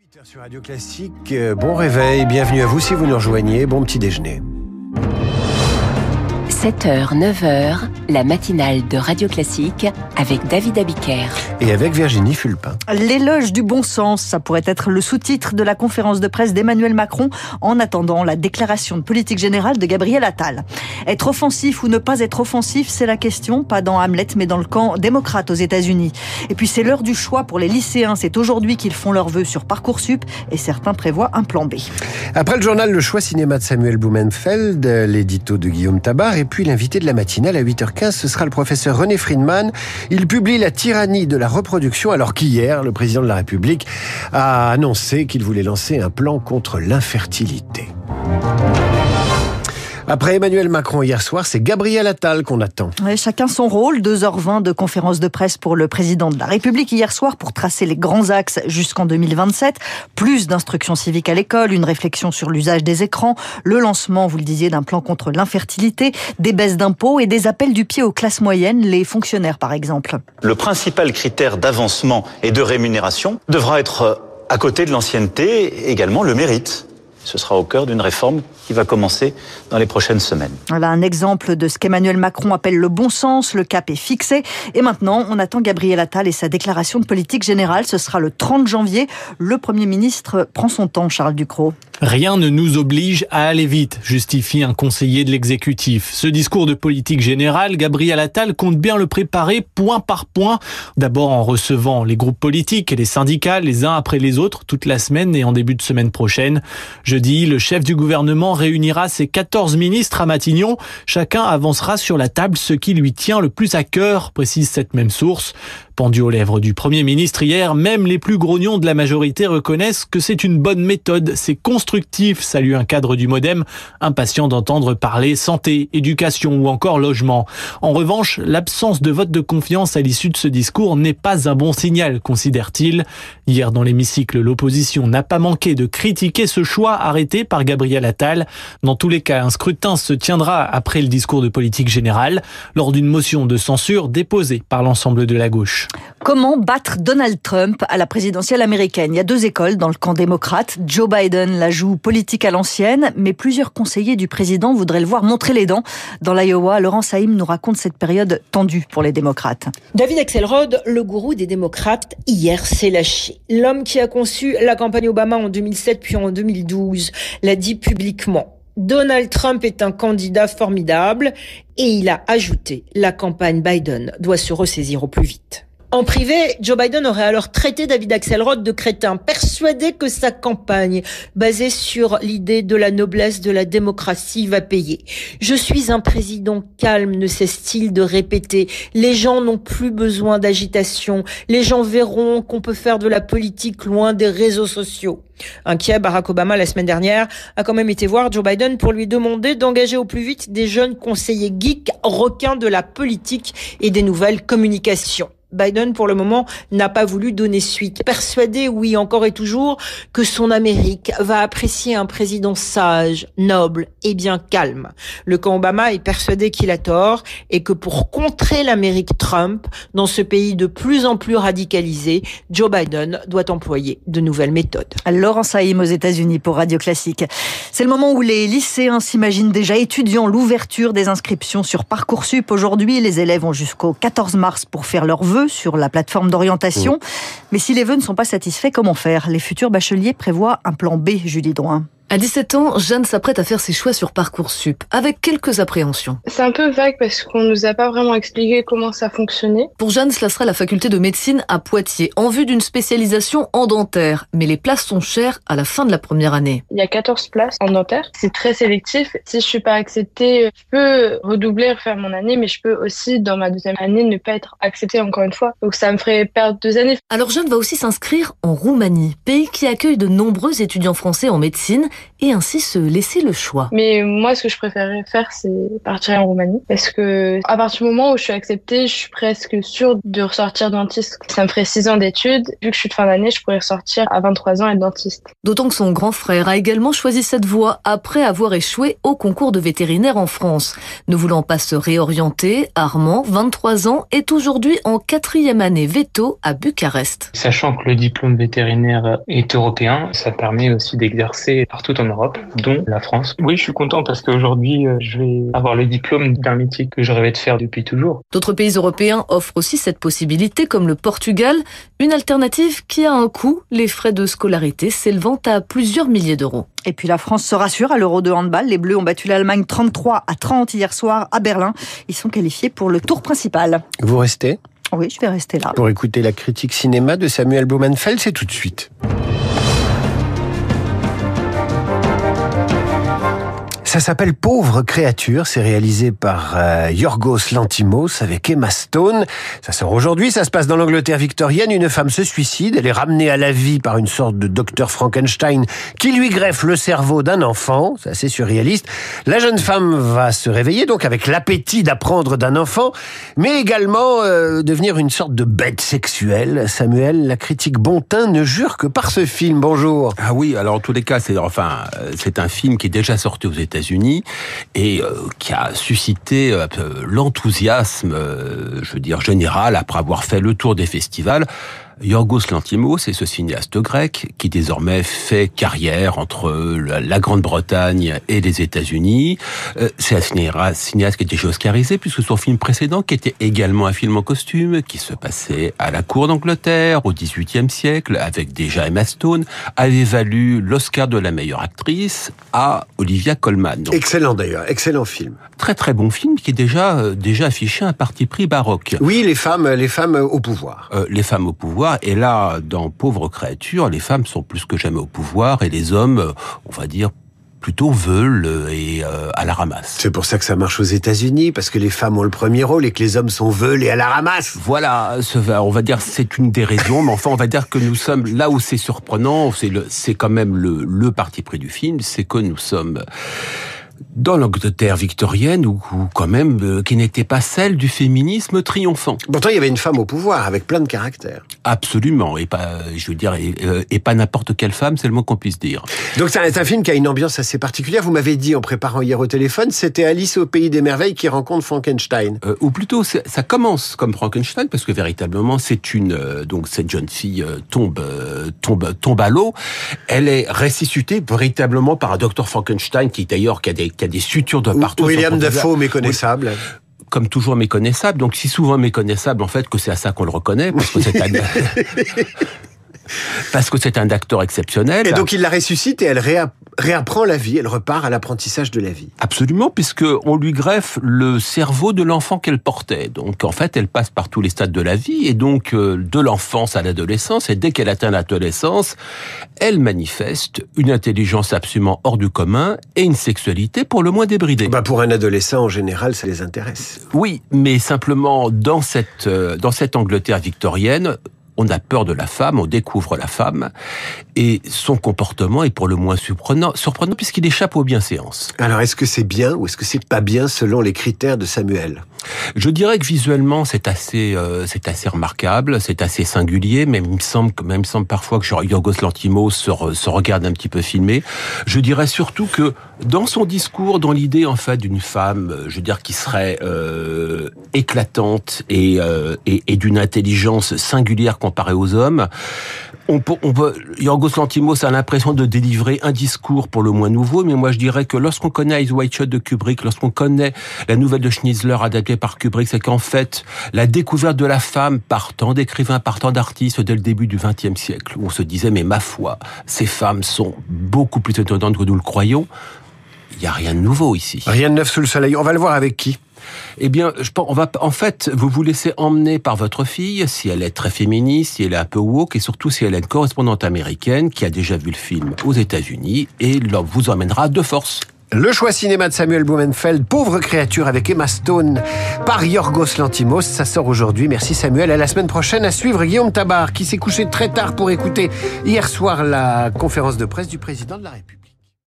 Sur Radio Classique, bon réveil, bienvenue à vous si vous nous rejoignez, bon petit déjeuner. 7h, 9h, la matinale de Radio Classique avec David Abiker. Et avec Virginie Fulpin. L'éloge du bon sens, ça pourrait être le sous-titre de la conférence de presse d'Emmanuel Macron en attendant la déclaration de politique générale de Gabriel Attal. Être offensif ou ne pas être offensif, c'est la question, pas dans Hamlet mais dans le camp démocrate aux États-Unis. Et puis c'est l'heure du choix pour les lycéens, c'est aujourd'hui qu'ils font leurs vœux sur Parcoursup et certains prévoient un plan B. Après le journal Le Choix Cinéma de Samuel Blumenfeld, l'édito de Guillaume Tabar et puis l'invité de la matinale à 8h15, ce sera le professeur René Friedman. Il publie La tyrannie de la reproduction alors qu'hier, le président de la République a annoncé qu'il voulait lancer un plan contre l'infertilité. Après Emmanuel Macron hier soir, c'est Gabriel Attal qu'on attend. Ouais, chacun son rôle, 2h20 de conférence de presse pour le président de la République hier soir pour tracer les grands axes jusqu'en 2027. Plus d'instruction civique à l'école, une réflexion sur l'usage des écrans, le lancement, vous le disiez, d'un plan contre l'infertilité, des baisses d'impôts et des appels du pied aux classes moyennes, les fonctionnaires par exemple. Le principal critère d'avancement et de rémunération devra être, à côté de l'ancienneté, également le mérite. Ce sera au cœur d'une réforme qui va commencer dans les prochaines semaines. Voilà un exemple de ce qu'Emmanuel Macron appelle le bon sens. Le cap est fixé. Et maintenant, on attend Gabriel Attal et sa déclaration de politique générale. Ce sera le 30 janvier. Le Premier ministre prend son temps, Charles Ducrot. Rien ne nous oblige à aller vite, justifie un conseiller de l'exécutif. Ce discours de politique générale, Gabriel Attal compte bien le préparer point par point. D'abord en recevant les groupes politiques et les syndicats les uns après les autres toute la semaine et en début de semaine prochaine. Jeudi, le chef du gouvernement réunira ses 14 ministres à Matignon. Chacun avancera sur la table ce qui lui tient le plus à cœur, précise cette même source. Pendu aux lèvres du Premier ministre hier, même les plus grognons de la majorité reconnaissent que c'est une bonne méthode. C'est constructif, salue un cadre du MoDem, impatient d'entendre parler santé, éducation ou encore logement. En revanche, l'absence de vote de confiance à l'issue de ce discours n'est pas un bon signal, considère-t-il. Hier dans l'hémicycle, l'opposition n'a pas manqué de critiquer ce choix arrêté par Gabriel Attal. Dans tous les cas, un scrutin se tiendra après le discours de politique générale, lors d'une motion de censure déposée par l'ensemble de la gauche. Comment battre Donald Trump à la présidentielle américaine ? Il y a deux écoles dans le camp démocrate. Joe Biden la joue politique à l'ancienne, mais plusieurs conseillers du président voudraient le voir montrer les dents. Dans l'Iowa, Laurent Saïm nous raconte cette période tendue pour les démocrates. David Axelrod, le gourou des démocrates, hier s'est lâché. L'homme qui a conçu la campagne Obama en 2007 puis en 2012 l'a dit publiquement. Donald Trump est un candidat formidable et il a ajouté « La campagne Biden doit se ressaisir au plus vite ». En privé, Joe Biden aurait alors traité David Axelrod de crétin, persuadé que sa campagne, basée sur l'idée de la noblesse de la démocratie, va payer. « Je suis un président calme », ne cesse-t-il de répéter. « Les gens n'ont plus besoin d'agitation. Les gens verront qu'on peut faire de la politique loin des réseaux sociaux. » Inquiet, Barack Obama, la semaine dernière, a quand même été voir Joe Biden pour lui demander d'engager au plus vite des jeunes conseillers geeks, requins de la politique et des nouvelles communications. Biden, pour le moment, n'a pas voulu donner suite. Persuadé, oui, encore et toujours, que son Amérique va apprécier un président sage, noble et bien calme. Le camp Obama est persuadé qu'il a tort et que pour contrer l'Amérique Trump, dans ce pays de plus en plus radicalisé, Joe Biden doit employer de nouvelles méthodes. Laurent Saïm aux États-Unis pour Radio Classique. C'est le moment où les lycéens s'imaginent déjà étudiant l'ouverture des inscriptions sur Parcoursup. Aujourd'hui, les élèves ont jusqu'au 14 mars pour faire leurs vœux sur la plateforme d'orientation. Mais si les vœux ne sont pas satisfaits, comment faire ? Les futurs bacheliers prévoient un plan B, Julie Drouin. À 17 ans, Jeanne s'apprête à faire ses choix sur Parcoursup, avec quelques appréhensions. C'est un peu vague parce qu'on nous a pas vraiment expliqué comment ça fonctionnait. Pour Jeanne, cela sera la faculté de médecine à Poitiers, en vue d'une spécialisation en dentaire. Mais les places sont chères à la fin de la première année. Il y a 14 places en dentaire. C'est très sélectif. Si je suis pas acceptée, je peux redoubler, refaire mon année, mais je peux aussi, dans ma deuxième année, ne pas être acceptée encore une fois. Donc ça me ferait perdre 2 années. Alors Jeanne va aussi s'inscrire en Roumanie, pays qui accueille de nombreux étudiants français en médecine. et ainsi se laisser le choix. Mais moi, ce que je préférerais faire, c'est partir en Roumanie. Parce que à partir du moment où je suis acceptée, je suis presque sûre de ressortir dentiste. Ça me ferait 6 ans d'études. Vu que je suis de fin d'année, je pourrais ressortir à 23 ans et être dentiste. D'autant que son grand frère a également choisi cette voie après avoir échoué au concours de vétérinaire en France. Ne voulant pas se réorienter, Armand, 23 ans, est aujourd'hui en 4e année veto à Bucarest. Sachant que le diplôme vétérinaire est européen, ça permet aussi d'exercer partout en Europe, dont la France. Oui, je suis content parce qu'aujourd'hui, je vais avoir le diplôme d'un métier que je rêvais de faire depuis toujours. D'autres pays européens offrent aussi cette possibilité, comme le Portugal, une alternative qui a un coût, les frais de scolarité s'élevant à plusieurs milliers d'euros. Et puis la France se rassure à l'Euro de handball. Les Bleus ont battu l'Allemagne 33-30 hier soir à Berlin. Ils sont qualifiés pour le tour principal. Vous restez ? Oui, je vais rester là. Pour écouter la critique cinéma de Samuel Blumenfeld, c'est tout de suite. Ça s'appelle Pauvre créature, c'est réalisé par Yorgos Lanthimos avec Emma Stone. Ça sort aujourd'hui, ça se passe dans l'Angleterre victorienne. Une femme se suicide, elle est ramenée à la vie par une sorte de docteur Frankenstein qui lui greffe le cerveau d'un enfant, c'est assez surréaliste. La jeune femme va se réveiller donc avec l'appétit d'apprendre d'un enfant, mais également devenir une sorte de bête sexuelle. Samuel, la critique Bontin ne jure que par ce film. Bonjour. Ah oui, alors en tous les cas, c'est un film qui est déjà sorti aux États-Unis et qui a suscité l'enthousiasme, général après avoir fait le tour des festivals. Yorgos Lanthimos est ce cinéaste grec qui désormais fait carrière entre la Grande-Bretagne et les États-Unis. C'est un cinéaste qui a déjà oscarisé puisque son film précédent, qui était également un film en costume, qui se passait à la cour d'Angleterre au XVIIIe siècle avec déjà Emma Stone, avait valu l'Oscar de la meilleure actrice à Olivia Colman. Donc, excellent d'ailleurs, excellent film. Très très bon film qui est déjà affiché un parti pris baroque. Oui, les femmes au pouvoir. Les femmes au pouvoir. Et là, dans Pauvre créature, les femmes sont plus que jamais au pouvoir et les hommes, on va dire, plutôt veulent et à la ramasse. C'est pour ça que ça marche aux États-Unis, parce que les femmes ont le premier rôle et que les hommes sont veulent et à la ramasse. Voilà, on va dire c'est une des raisons, mais enfin on va dire que nous sommes là où c'est surprenant, c'est quand même le parti pris du film, c'est que nous sommes dans l'Angleterre victorienne, ou quand même, qui n'était pas celle du féminisme triomphant. Pourtant, il y avait une femme au pouvoir, avec plein de caractère. Absolument, et pas, et pas n'importe quelle femme, c'est le mot qu'on puisse dire. Donc c'est un film qui a une ambiance assez particulière. Vous m'avez dit, en préparant hier au téléphone, c'était Alice au Pays des Merveilles qui rencontre Frankenstein. Ou plutôt, ça commence comme Frankenstein, parce que véritablement, donc cette jeune fille tombe à l'eau. Elle est ressuscitée véritablement par un docteur Frankenstein qui a des sutures de partout. William Dafoe, méconnaissable. Comme toujours méconnaissable, donc si souvent méconnaissable, en fait, que c'est à ça qu'on le reconnaît, parce que c'est parce que c'est un acteur exceptionnel. Et donc il la ressuscite et elle réapprend la vie, elle repart à l'apprentissage de la vie. Absolument, puisque on lui greffe le cerveau de l'enfant qu'elle portait. Donc en fait, elle passe par tous les stades de la vie, et donc de l'enfance à l'adolescence, et dès qu'elle atteint l'adolescence, elle manifeste une intelligence absolument hors du commun et une sexualité pour le moins débridée. Pour un adolescent, en général, ça les intéresse. Oui, mais simplement dans cette Angleterre victorienne, on a peur de la femme, on découvre la femme, et son comportement est pour le moins surprenant puisqu'il échappe aux bienséances. Alors, est-ce que c'est bien ou est-ce que c'est pas bien selon les critères de Samuel ? Je dirais que visuellement, c'est assez remarquable, c'est assez singulier, mais il me semble parfois que Yorgos Lanthimos se regarde un petit peu filmé. Je dirais surtout que dans son discours, dans l'idée en fait d'une femme, qui serait éclatante et d'une intelligence singulière comparée aux hommes, Yorgos Lanthimos a l'impression de délivrer un discours pour le moins nouveau, mais moi je dirais que lorsqu'on connaît Eyes Wide Shut de Kubrick, lorsqu'on connaît la nouvelle de Schnitzler adaptée par Kubrick, c'est qu'en fait, la découverte de la femme par tant d'écrivains, par tant d'artistes dès le début du XXe siècle, où on se disait, mais ma foi, ces femmes sont beaucoup plus étonnantes que nous le croyons. Il n'y a rien de nouveau ici. Rien de neuf sous le soleil. On va le voir avec qui ? Eh bien, vous vous laissez emmener par votre fille, si elle est très féministe, si elle est un peu woke, et surtout si elle est une correspondante américaine qui a déjà vu le film aux États-Unis et vous emmènera de force. Le choix cinéma de Samuel Blumenfeld, Pauvre créature avec Emma Stone par Yorgos Lanthimos, ça sort aujourd'hui. Merci Samuel, à la semaine prochaine. À suivre Guillaume Tabar qui s'est couché très tard pour écouter hier soir la conférence de presse du président de la République.